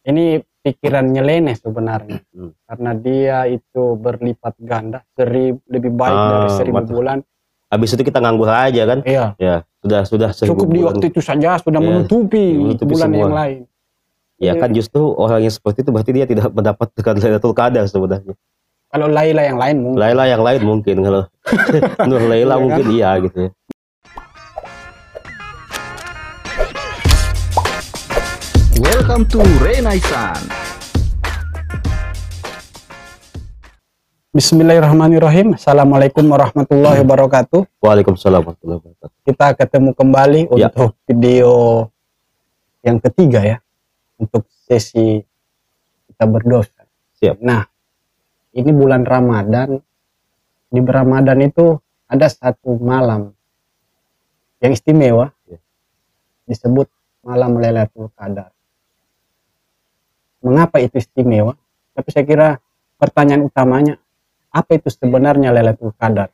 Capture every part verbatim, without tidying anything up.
Ini pikiran nyeleneh sebenarnya, Hmm. karena dia itu berlipat ganda, seribu, lebih baik Ah, dari seribu mata- bulan. Habis itu kita nganggur aja kan? Iya, Ya, sudah sudah seribu cukup di bulan. waktu itu saja sudah Ya, menutupi, menutupi bulan semua. yang lain. Ya Jadi, kan justru orang yang seperti itu berarti dia tidak mendapatkan Lailatul Qadar sebenarnya. kalau Laila yang lain mungkin. Laila yang lain mungkin kalau Nur Laila Iya kan? mungkin iya gitu ya. Welcome to Renaissance. Bismillahirrahmanirrahim. Assalamualaikum warahmatullahi wabarakatuh. Waalaikumsalam warahmatullahi wabarakatuh. Kita ketemu kembali Ya. untuk video yang ketiga ya, untuk sesi kita berdosa. Siap. Nah, ini bulan Ramadan. Di Ramadan itu ada satu malam yang istimewa, Ya. disebut malam Lailatul Qadar. Mengapa itu istimewa? Tapi saya kira pertanyaan utamanya, apa itu sebenarnya Lailatul Qadar?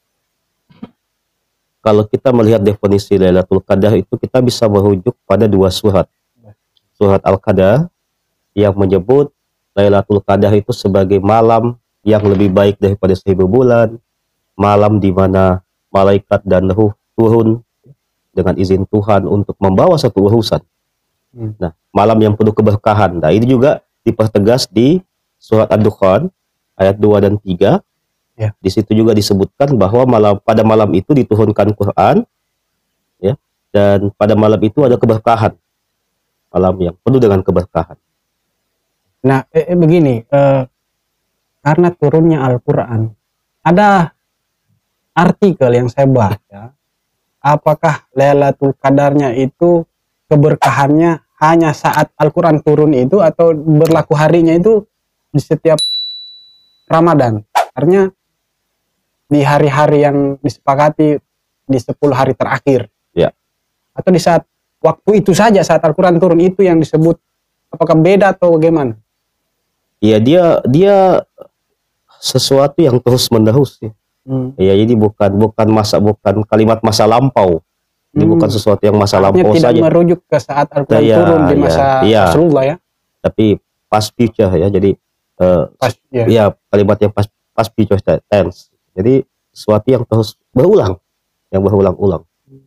Kalau kita melihat definisi Lailatul Qadar itu kita bisa merujuk pada dua surat. Surat Al-Qadar yang menyebut Lailatul Qadar itu sebagai malam yang lebih baik daripada seribu bulan, malam di mana malaikat dan ruh turun dengan izin Tuhan untuk membawa satu urusan. Hmm. Nah, malam yang penuh keberkahan. Nah, ini juga dipertegas di surat Ad-Dukhan ayat dua dan tiga. Ya. Di situ juga disebutkan bahwa malam pada malam itu diturunkan Quran, ya, dan pada malam itu ada keberkahan. Malam yang penuh dengan keberkahan. Nah, eh, eh, begini, eh, karena turunnya Al-Quran, ada artikel yang saya baca, apakah Lailatul Qadarnya itu keberkahannya hanya saat Al-Quran turun itu, atau berlaku harinya itu di setiap Ramadan? Artinya di hari-hari yang disepakati di sepuluh hari terakhir, Ya. atau di saat waktu itu saja, saat Al-Quran turun itu yang disebut, apakah beda atau bagaimana? Ya, dia dia sesuatu yang terus menerus, ya. Hmm. Ya, jadi bukan bukan masa bukan kalimat masa lampau. Ini Hmm. bukan sesuatu yang masa Artinya lampau tidak saja, merujuk ke saat Al-Quran Ya, turun di ya, masa ya. Rasulullah ya. tapi past future ya. Jadi eh, Pas, ya. ya kalimat yang past past future tense. Jadi sesuatu yang terus berulang, yang berulang-ulang.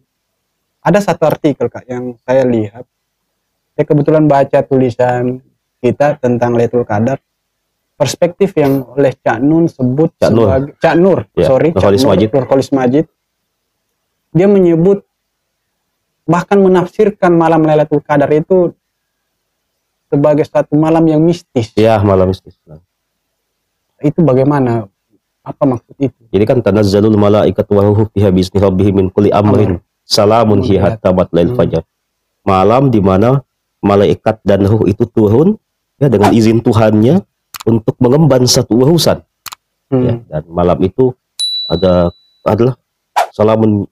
Ada satu artikel Kak yang saya lihat. Saya kebetulan baca tulisan kita tentang Lailatul Qadar. Perspektif yang oleh Cak Nun sebut Cak Nur. sebagai Cak Nur, Ya, sorry, Cak Nurholis Nur, Majid. Nurholis Majid. Dia menyebut, bahkan menafsirkan malam Lailatul Qadar itu sebagai satu malam yang mistis. Ya, malam mistis. Itu bagaimana? Apa maksud itu? Jadi kan tanazzalul malaikatu wa ruhu fiha bi'izni rabbihim min kulli amrin salamun hiya hatta matla'il Hmm. fajar. Malam di mana malaikat dan ruh itu turun ya dengan izin Tuhannya untuk mengemban satu urusan. Hmm. Ya, dan malam itu ada adalah salamun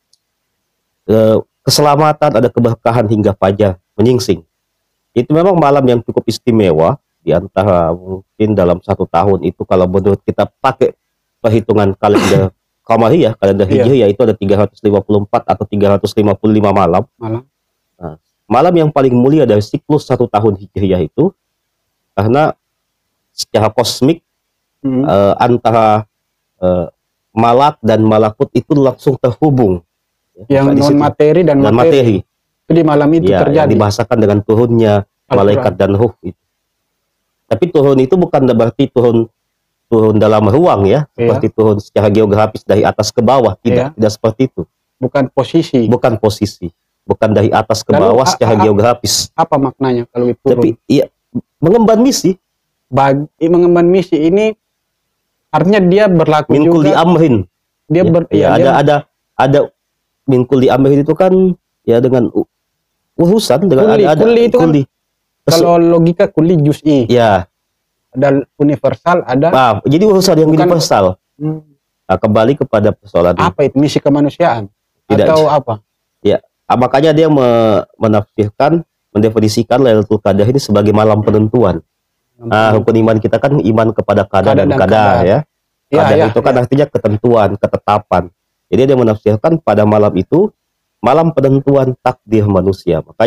eh, keselamatan, ada keberkahan hingga fajar menyingsing. Itu memang malam yang cukup istimewa di antara mungkin dalam satu tahun itu, kalau menurut kita pakai perhitungan kalender Qamariyah, kalender Iya. Hijriyah, itu ada tiga ratus lima puluh empat atau tiga ratus lima puluh lima malam. Malam. Nah, malam yang paling mulia dari siklus satu tahun Hijriyah itu, karena secara kosmik Hmm. eh, antara eh, malak dan malakut itu langsung terhubung. Ya, yang di non situ. materi dan, Dan materi. materi. Itu di malam itu Ya, yang terjadi. dibahasakan dengan turunnya Al-Quran. malaikat dan ruh itu. Tapi turun itu bukan berarti turun turun dalam ruang ya, seperti turun secara geografis dari atas ke bawah, tidak, Iya. tidak seperti itu. Bukan posisi. Bukan posisi, bukan dari atas ke Lalu, bawah a- secara a- geografis. Apa maknanya kalau itu turun? Tapi iya, mengemban misi Bagi mengemban misi ini artinya dia berlaku min kulli juga. amrin. Dia Ya, ber, ya, ya, ada dia, ada ada min kulli amrin itu kan ya dengan u- urusan dengan Kulli, ada ada kulli itu kan kulli. kalau logika kuli juz'i, Ya, ada universal, ada ah, jadi urusan yang Bukan- universal. hmm, Nah, kembali kepada persoalan apa itu misi kemanusiaan Tidak. atau apa? Ah, makanya dia me- menafsirkan, mendefinisikan Lailatul Qadar ini sebagai malam penentuan. Nah, rukun iman kita kan iman kepada qadar Qadar dan dan qadar qadar. ya. Ya, Qadar ya, itu kan ya. artinya ketentuan, ketetapan. Jadi dia menafsirkan pada malam itu malam penentuan takdir manusia. Makanya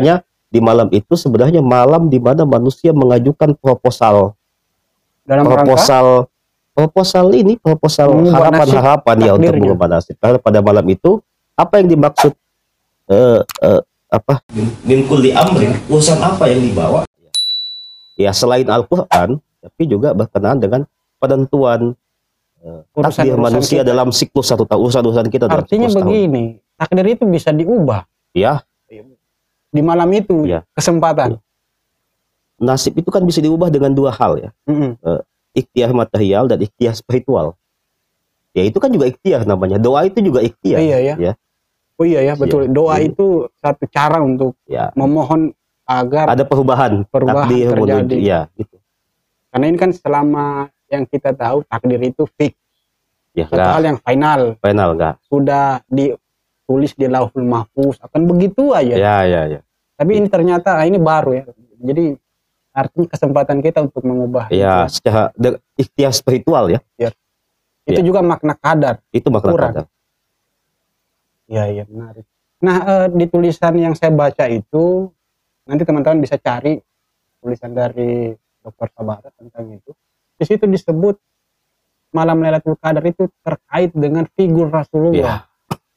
di malam itu sebenarnya malam di mana manusia mengajukan proposal Dalam rangka proposal proposal ini proposal Mengubah nasib harapan-harapan ya untuk takdirnya. mengubah nasib. Karena pada malam itu apa yang dimaksud eh, eh, apa min kulli amrin, urusan apa yang dibawa ya selain Al-Qur'an tapi juga berkenaan dengan penentuan eh, takdir Urusan-urusan manusia kita. dalam siklus satu tahun, urusan-urusan kita dalam Artinya siklus tahun. begini, takdir itu bisa diubah Ya, di malam itu, Iya. kesempatan. nasib itu kan bisa diubah dengan dua hal ya. Mm-mm. Ikhtiar material dan ikhtiar spiritual. Ya itu kan juga ikhtiar namanya. Doa itu juga ikhtiar. Iya, ya. Ya. Oh iya ya, betul. Iya. Doa Iya. itu satu cara untuk Ya. memohon agar, Ada perubahan, Perubahan takdir terjadi. menuju ya gitu. karena ini kan selama yang kita tahu takdir itu fix, Ya satu enggak hal yang final, final enggak. sudah ditulis di Lauhul Mahfuz, akan begitu aja. Ya ya ya. Tapi ini ternyata ah, ini baru ya. Jadi artinya kesempatan kita untuk mengubah Ya itu. secara de- ikhtiar spiritual ya. Itu ya. juga makna kadar. Itu makna Kurang. kadar. Iya, iya, menarik. Nah, eh, di tulisan yang saya baca itu, nanti teman-teman bisa cari tulisan dari dokter Sabara tentang itu. Di situ disebut malam Lailatul Qadar itu terkait dengan figur Rasulullah.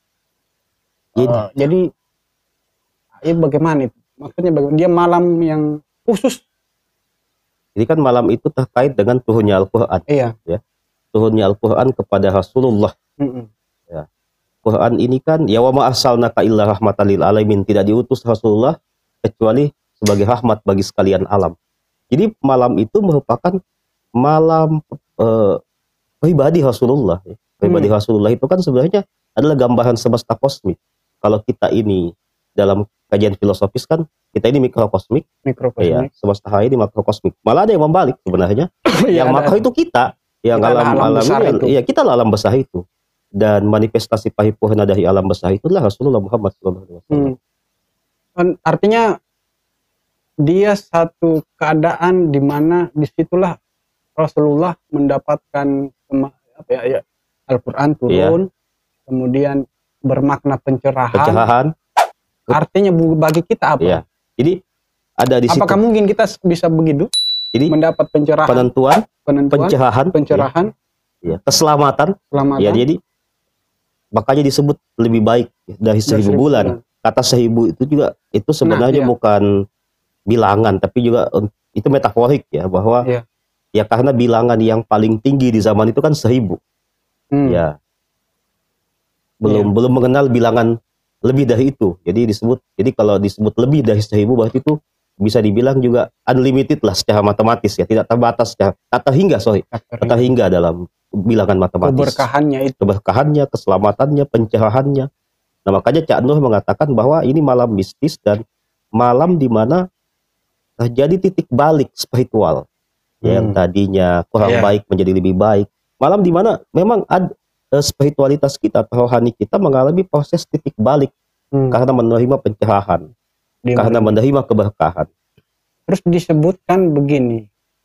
Jadi, Eh, jadi, ini bagaimana itu? Maksudnya bagaimana? Dia malam yang khusus. jadi kan malam itu terkait dengan turunnya Al-Qur'an. Iya. Turunnya Al-Qur'an kepada Rasulullah. Mm-mm. Quran ini kan ya wa ma arsalnaka illa rahmatan lil alamin, tidak diutus Rasulullah kecuali sebagai rahmat bagi sekalian alam. Jadi malam itu merupakan malam eh, pribadi Rasulullah. ya. Pribadi Hmm. Rasulullah itu kan sebenarnya adalah gambaran semesta kosmik. Kalau kita ini dalam kajian filosofis kan kita ini mikrokosmik, ya, Mikrokosmik. semesta hari ini makrokosmik. Malah ada yang membalik sebenarnya. Iya, yang ada. makro itu kita, yang Kita alam adalah alam alam besar ini, itu. iya kita lah alam besar itu. Dan manifestasi paripurna dari alam besar itulah Rasulullah Muhammad shallallahu alaihi wasallam. Hmm. Kan artinya dia satu keadaan di mana disitulah Rasulullah mendapatkan kema- apa ya, ya, Al-Quran turun, kemudian bermakna pencerahan. Pencerahan, Artinya bu- bagi kita apa? ya. Jadi ada di situ. Apakah mungkin kita bisa begitu Jadi mendapat pencerahan, penentuan, penentuan, pencerahan, pencerahan, ya, ya, keselamatan, keselamatan? ya jadi makanya disebut lebih baik dari seribu seribu bulan. Kata seribu itu juga itu sebenarnya Nah, iya. bukan bilangan, tapi juga un- itu metaforik ya, bahwa Iya. ya karena bilangan yang paling tinggi di zaman itu kan seribu. Hmm. Ya. Belum Iya. belum mengenal bilangan lebih dari itu. Jadi disebut jadi kalau disebut lebih dari seribu berarti itu bisa dibilang juga unlimited lah secara matematis ya, tidak terbatas secara tak terhingga sorry, tak terhingga dalam bilangan matematis. Keberkahannya itu. Keberkahannya, keselamatannya, pencerahannya. Nah, makanya Cak Nur mengatakan bahwa ini malam mistis dan malam di mana terjadi titik balik spiritual. Ya, yang Hmm. tadinya kurang Iya. baik menjadi lebih baik. Malam di mana memang ada eh, spiritualitas kita, rohani kita mengalami proses titik balik Hmm. karena menerima pencerahan, Di karena mana- menerima keberkahan. Terus disebutkan begini,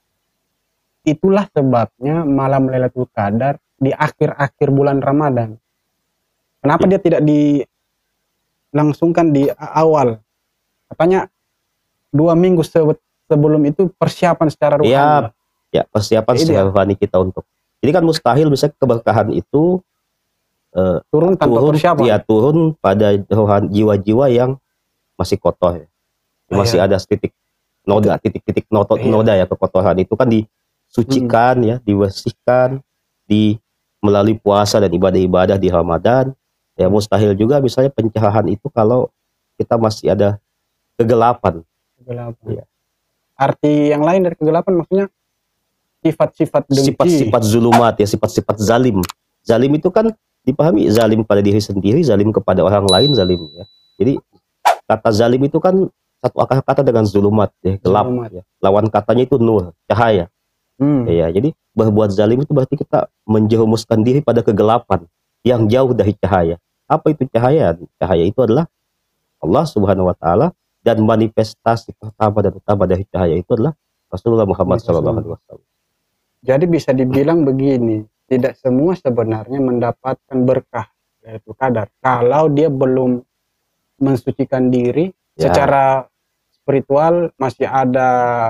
itulah sebabnya malam Lailatul Qadar di akhir-akhir bulan Ramadan. Kenapa dia tidak dilangsungkan di a- awal? Katanya dua minggu se- sebelum itu persiapan secara rohani. Ya, ya persiapan Ya, itu secara ya. rohani kita untuk. Jadi kan mustahil bisa keberkahan itu eh, Turun tanpa turun, persiapan. ya turun pada rohani jiwa-jiwa yang masih kotor ya. Oh, Masih iya. ada titik noda, titik-titik noda, Iya. noda ya kekotoran itu kan disucikan ya, dibersihkan di melalui puasa dan ibadah-ibadah di Ramadan. Ya mustahil juga misalnya pencerahan itu kalau kita masih ada kegelapan. Kegelapan. Iya. Arti yang lain dari kegelapan maksudnya sifat-sifat dengki. Sifat-sifat zulumat ya, sifat-sifat zalim. Zalim itu kan dipahami zalim pada diri sendiri, zalim kepada orang lain, zalim ya. Jadi kata zalim itu kan satu akar kata dengan zulumat ya, gelap Zulumat. ya. Lawan katanya itu nur, cahaya. Hmm. Ya, jadi berbuat zalim itu berarti kita menjerumuskan diri pada kegelapan yang jauh dari cahaya. Apa itu cahaya? Cahaya itu adalah Allah Subhanahu wa taala, dan manifestasi pertama dan utama dari cahaya itu adalah Rasulullah Muhammad shallallahu alaihi wasallam. Jadi bisa dibilang begini, tidak semua sebenarnya mendapatkan berkah Lailatul Qadar kalau dia belum mensucikan diri Ya. secara spiritual masih ada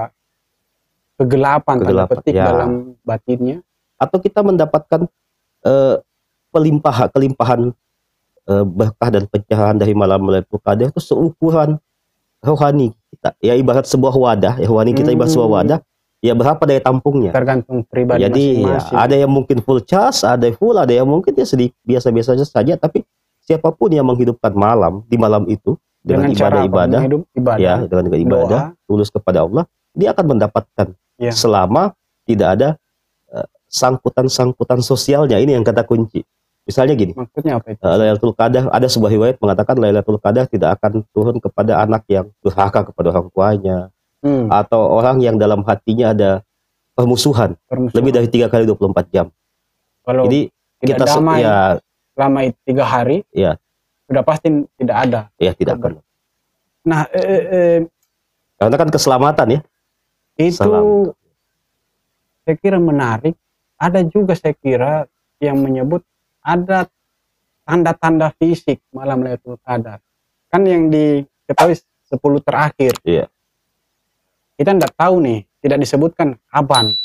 kegelapan, tanda Kegelapan, petik, ya. dalam batinnya. Atau kita mendapatkan eh, pelimpahan kelimpahan eh, berkah dan pencerahan dari malam Lailatul Qadar itu seukuran rohani kita. Ya ibarat sebuah wadah, ya rohani kita ibarat sebuah Hmm. wadah. Ya berapa daya tampungnya? Tergantung pribadi Jadi ya, masing-masing. ada yang mungkin full charge, ada yang full, ada yang mungkin ya sedikit biasa-biasa saja. Tapi siapapun yang menghidupkan malam di malam itu dengan, dengan cara apa? ibadah-ibadah, Menghidup ibadah, ya dengan, dengan ibadah doa. tulus kepada Allah, dia akan mendapatkan Ya. selama tidak ada eh, sangkutan-sangkutan sosialnya. Ini yang kata kunci. Misalnya gini, Maksudnya apa itu? eh, Lailatul Qadar, ada sebuah riwayat mengatakan Lailatul Qadar tidak akan turun kepada anak yang durhaka kepada orang tuanya, Hmm, atau orang yang dalam hatinya ada permusuhan permusuhan. lebih dari tiga kali dua puluh empat jam. Kalau Jadi tidak kita se- damai ya selama itu tiga hari, ya sudah pasti tidak ada. ya tidak Kabar. akan. Nah, eh, eh, eh, Karena kan keselamatan ya. itu Selamat. saya kira menarik. Ada juga saya kira yang menyebut ada tanda-tanda fisik malam Lailatul Qadar. Kan yang diketahui sepuluh terakhir. Iya. Kita tidak tahu nih, tidak disebutkan kapan.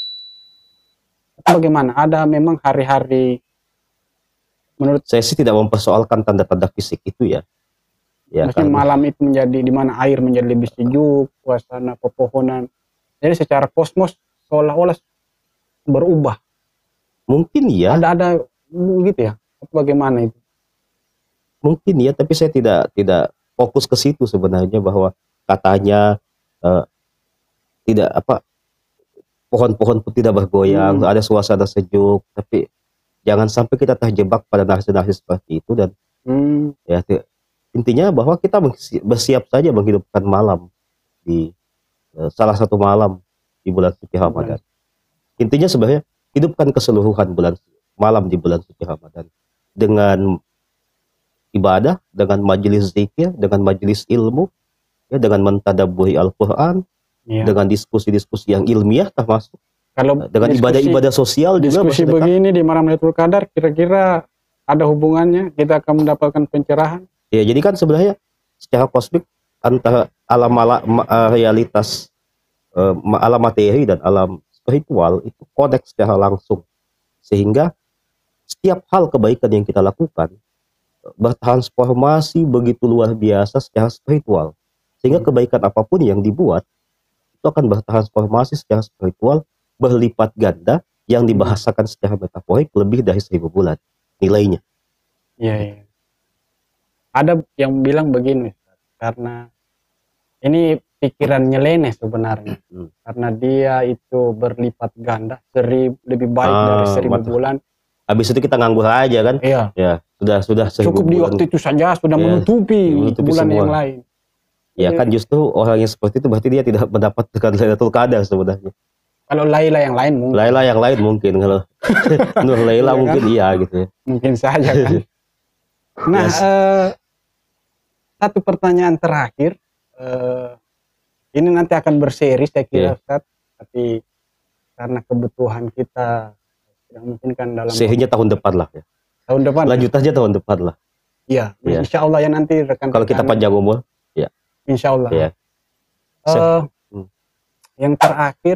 Itu bagaimana? Ada memang hari-hari menurut Saya sih tidak mempersoalkan tanda-tanda fisik itu ya. Ya, maksudnya karena- malam itu menjadi di mana air menjadi lebih sejuk, suasana pepohonan. Jadi secara kosmos seolah-olah berubah. mungkin ya, Ada ada gitu ya. Apa bagaimana itu? mungkin ya, tapi saya tidak tidak fokus ke situ sebenarnya, bahwa katanya eh, tidak apa pohon-pohon pun tidak bergoyang, Hmm. ada suasana sejuk, tapi jangan sampai kita terjebak pada narasi-narasi seperti itu. Dan Hmm, ya ti- intinya bahwa kita bersi- bersiap saja menghidupkan malam di eh, salah satu malam di bulan suci Ramadan. Intinya sebenarnya hidupkan keseluruhan bulan malam di bulan suci Ramadan dengan ibadah, dengan majelis zikir, dengan majelis ilmu, ya, dengan mentadabburi Al-Qur'an, iya. dengan diskusi-diskusi yang ilmiah, termasuk Kalau dengan diskusi- ibadah-ibadah sosial juga diskusi bersedekah. begini di malam Lailatul Qadar kira-kira ada hubungannya kita akan mendapatkan pencerahan? Ya, jadi kan sebenarnya secara kosmik antara alam ala- ma- eh, realitas eh, ma- alam materi dan alam spiritual itu connect secara langsung, sehingga setiap hal kebaikan yang kita lakukan eh, bertransformasi begitu luar biasa secara spiritual, sehingga Hmm. kebaikan apapun yang dibuat itu akan bertransformasi secara spiritual berlipat ganda, yang Hmm. dibahasakan secara metaforik lebih dari seribu bulan nilainya. Iya, iya. Ada yang bilang begini, karena ini pikiran nyeleneh sebenarnya, Hmm. karena dia itu berlipat ganda, seribu, lebih baik dari Ah, seribu mantap. bulan. Habis itu kita nganggur aja kan? Iya, Ya, sudah sudah seribu cukup di bulan. waktu itu saja sudah Ya, menutupi, menutupi bulan semua. yang lain. Ya kan, justru orang yang seperti itu berarti dia tidak mendapatkan Lailatul Qadar sebenarnya. Kalau Laila yang lain mungkin, Laila yang lain mungkin, kalau Nur Laila Iya kan? mungkin iya gitu ya. mungkin saja kan. Nah, Yes. eh, satu pertanyaan terakhir. eh, ini nanti akan berseri saya kira, Iya. Ustaz. Tapi karena kebutuhan kita tidak mungkin kan dalam Serinya tahun depan lah ya. tahun depan. Lanjut aja tahun depan lah. Iya, Iya. insya Allah ya nanti rekan-rekan. Kalau kita panjang umur, Insya Allah. ya. Eh, Hmm. Yang terakhir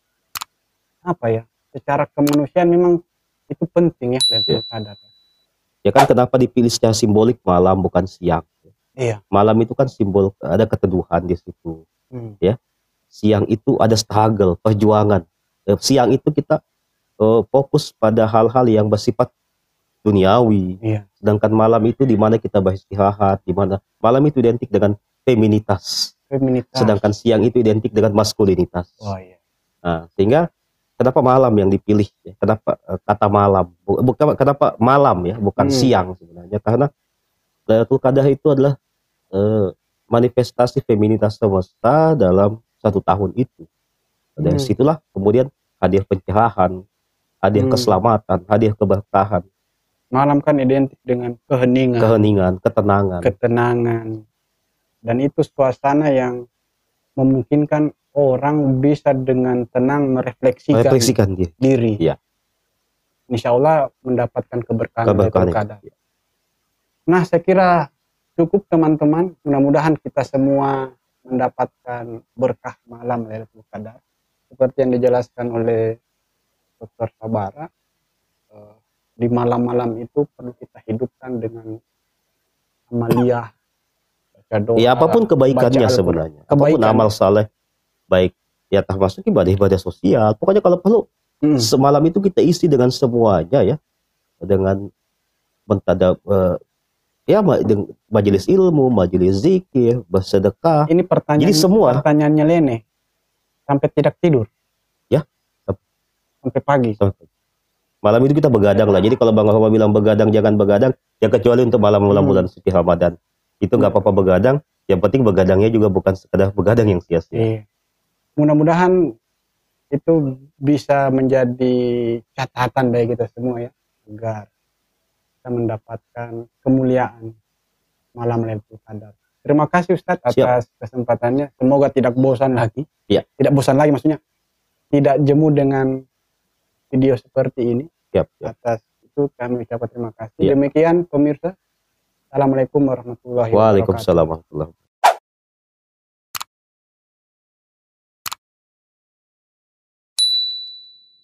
apa ya? Secara kemanusiaan memang itu penting ya Lailatul Iya. Qadar. Ya kan, kenapa dipilih secara simbolik malam bukan siang? Iya. Malam itu kan simbol ada keteduhan di situ. Hmm. Siang itu ada struggle, perjuangan. Eh, Siang itu kita eh, fokus pada hal-hal yang bersifat duniawi. Iya. Sedangkan malam itu di mana kita beristirahat, di mana malam itu identik dengan feminitas, Feminitas. sedangkan siang itu identik dengan maskulinitas. Oh iya. Nah, sehingga kenapa malam yang dipilih? Ya? Kenapa eh, kata malam? Bu- Bukan kenapa malam ya, bukan Hmm. siang sebenarnya? Karena Lailatul Qadar itu adalah eh, manifestasi feminitas semesta dalam satu tahun itu. Dari Hmm. situlah kemudian hadir pencerahan, hadir Hmm. keselamatan, hadir keberkahan, Malam kan identik dengan keheningan, keheningan, ketenangan. ketenangan. Dan itu suasana yang memungkinkan orang bisa dengan tenang merefleksikan Refleksikan dia. diri. Iya. Insya Allah mendapatkan keberkahan Keberkahan Lailatul itu. Qadar. Nah, saya kira cukup teman-teman. Mudah-mudahan kita semua mendapatkan berkah malam Lailatul Qadar seperti yang dijelaskan oleh dokter Sabara, eh, di malam-malam itu perlu kita hidupkan dengan amaliyah, baca doa, Ya apapun kebaikannya baca Al-Quran. sebenarnya, apapun Kebaikan. amal saleh, baik ya termasuk ibadah-ibadah sosial. Pokoknya kalau perlu Hmm. semalam itu kita isi dengan semuanya ya, dengan mentadab eh, ya ma- deng- majelis ilmu, majelis zikir, bersedekah. Ini pertanyaan, Jadi semua- pertanyaannya Lene sampai tidak tidur Ya. sampai pagi. Malam itu kita begadang lah. Jadi kalau Bang Rahma bilang begadang jangan begadang, ya kecuali untuk malam-malam Hmm. bulan suci Ramadan. Itu nggak Hmm. apa-apa begadang. Yang penting begadangnya juga bukan sekedar begadang yang sia-sia. Iya. Mudah-mudahan itu bisa menjadi catatan bagi kita semua ya, agar kita mendapatkan kemuliaan malam Lailatul Qadar. Terima kasih Ustadz atas kesempatannya. Semoga tidak bosan lagi. Iya. Tidak bosan lagi maksudnya. Tidak jemu dengan video seperti ini. Siap, siap. Atas itu kami ucapkan terima kasih. Iya. Demikian pemirsa. Assalamualaikum warahmatullahi wabarakatuh. Waalaikumsalam warahmatullahi wabarakatuh.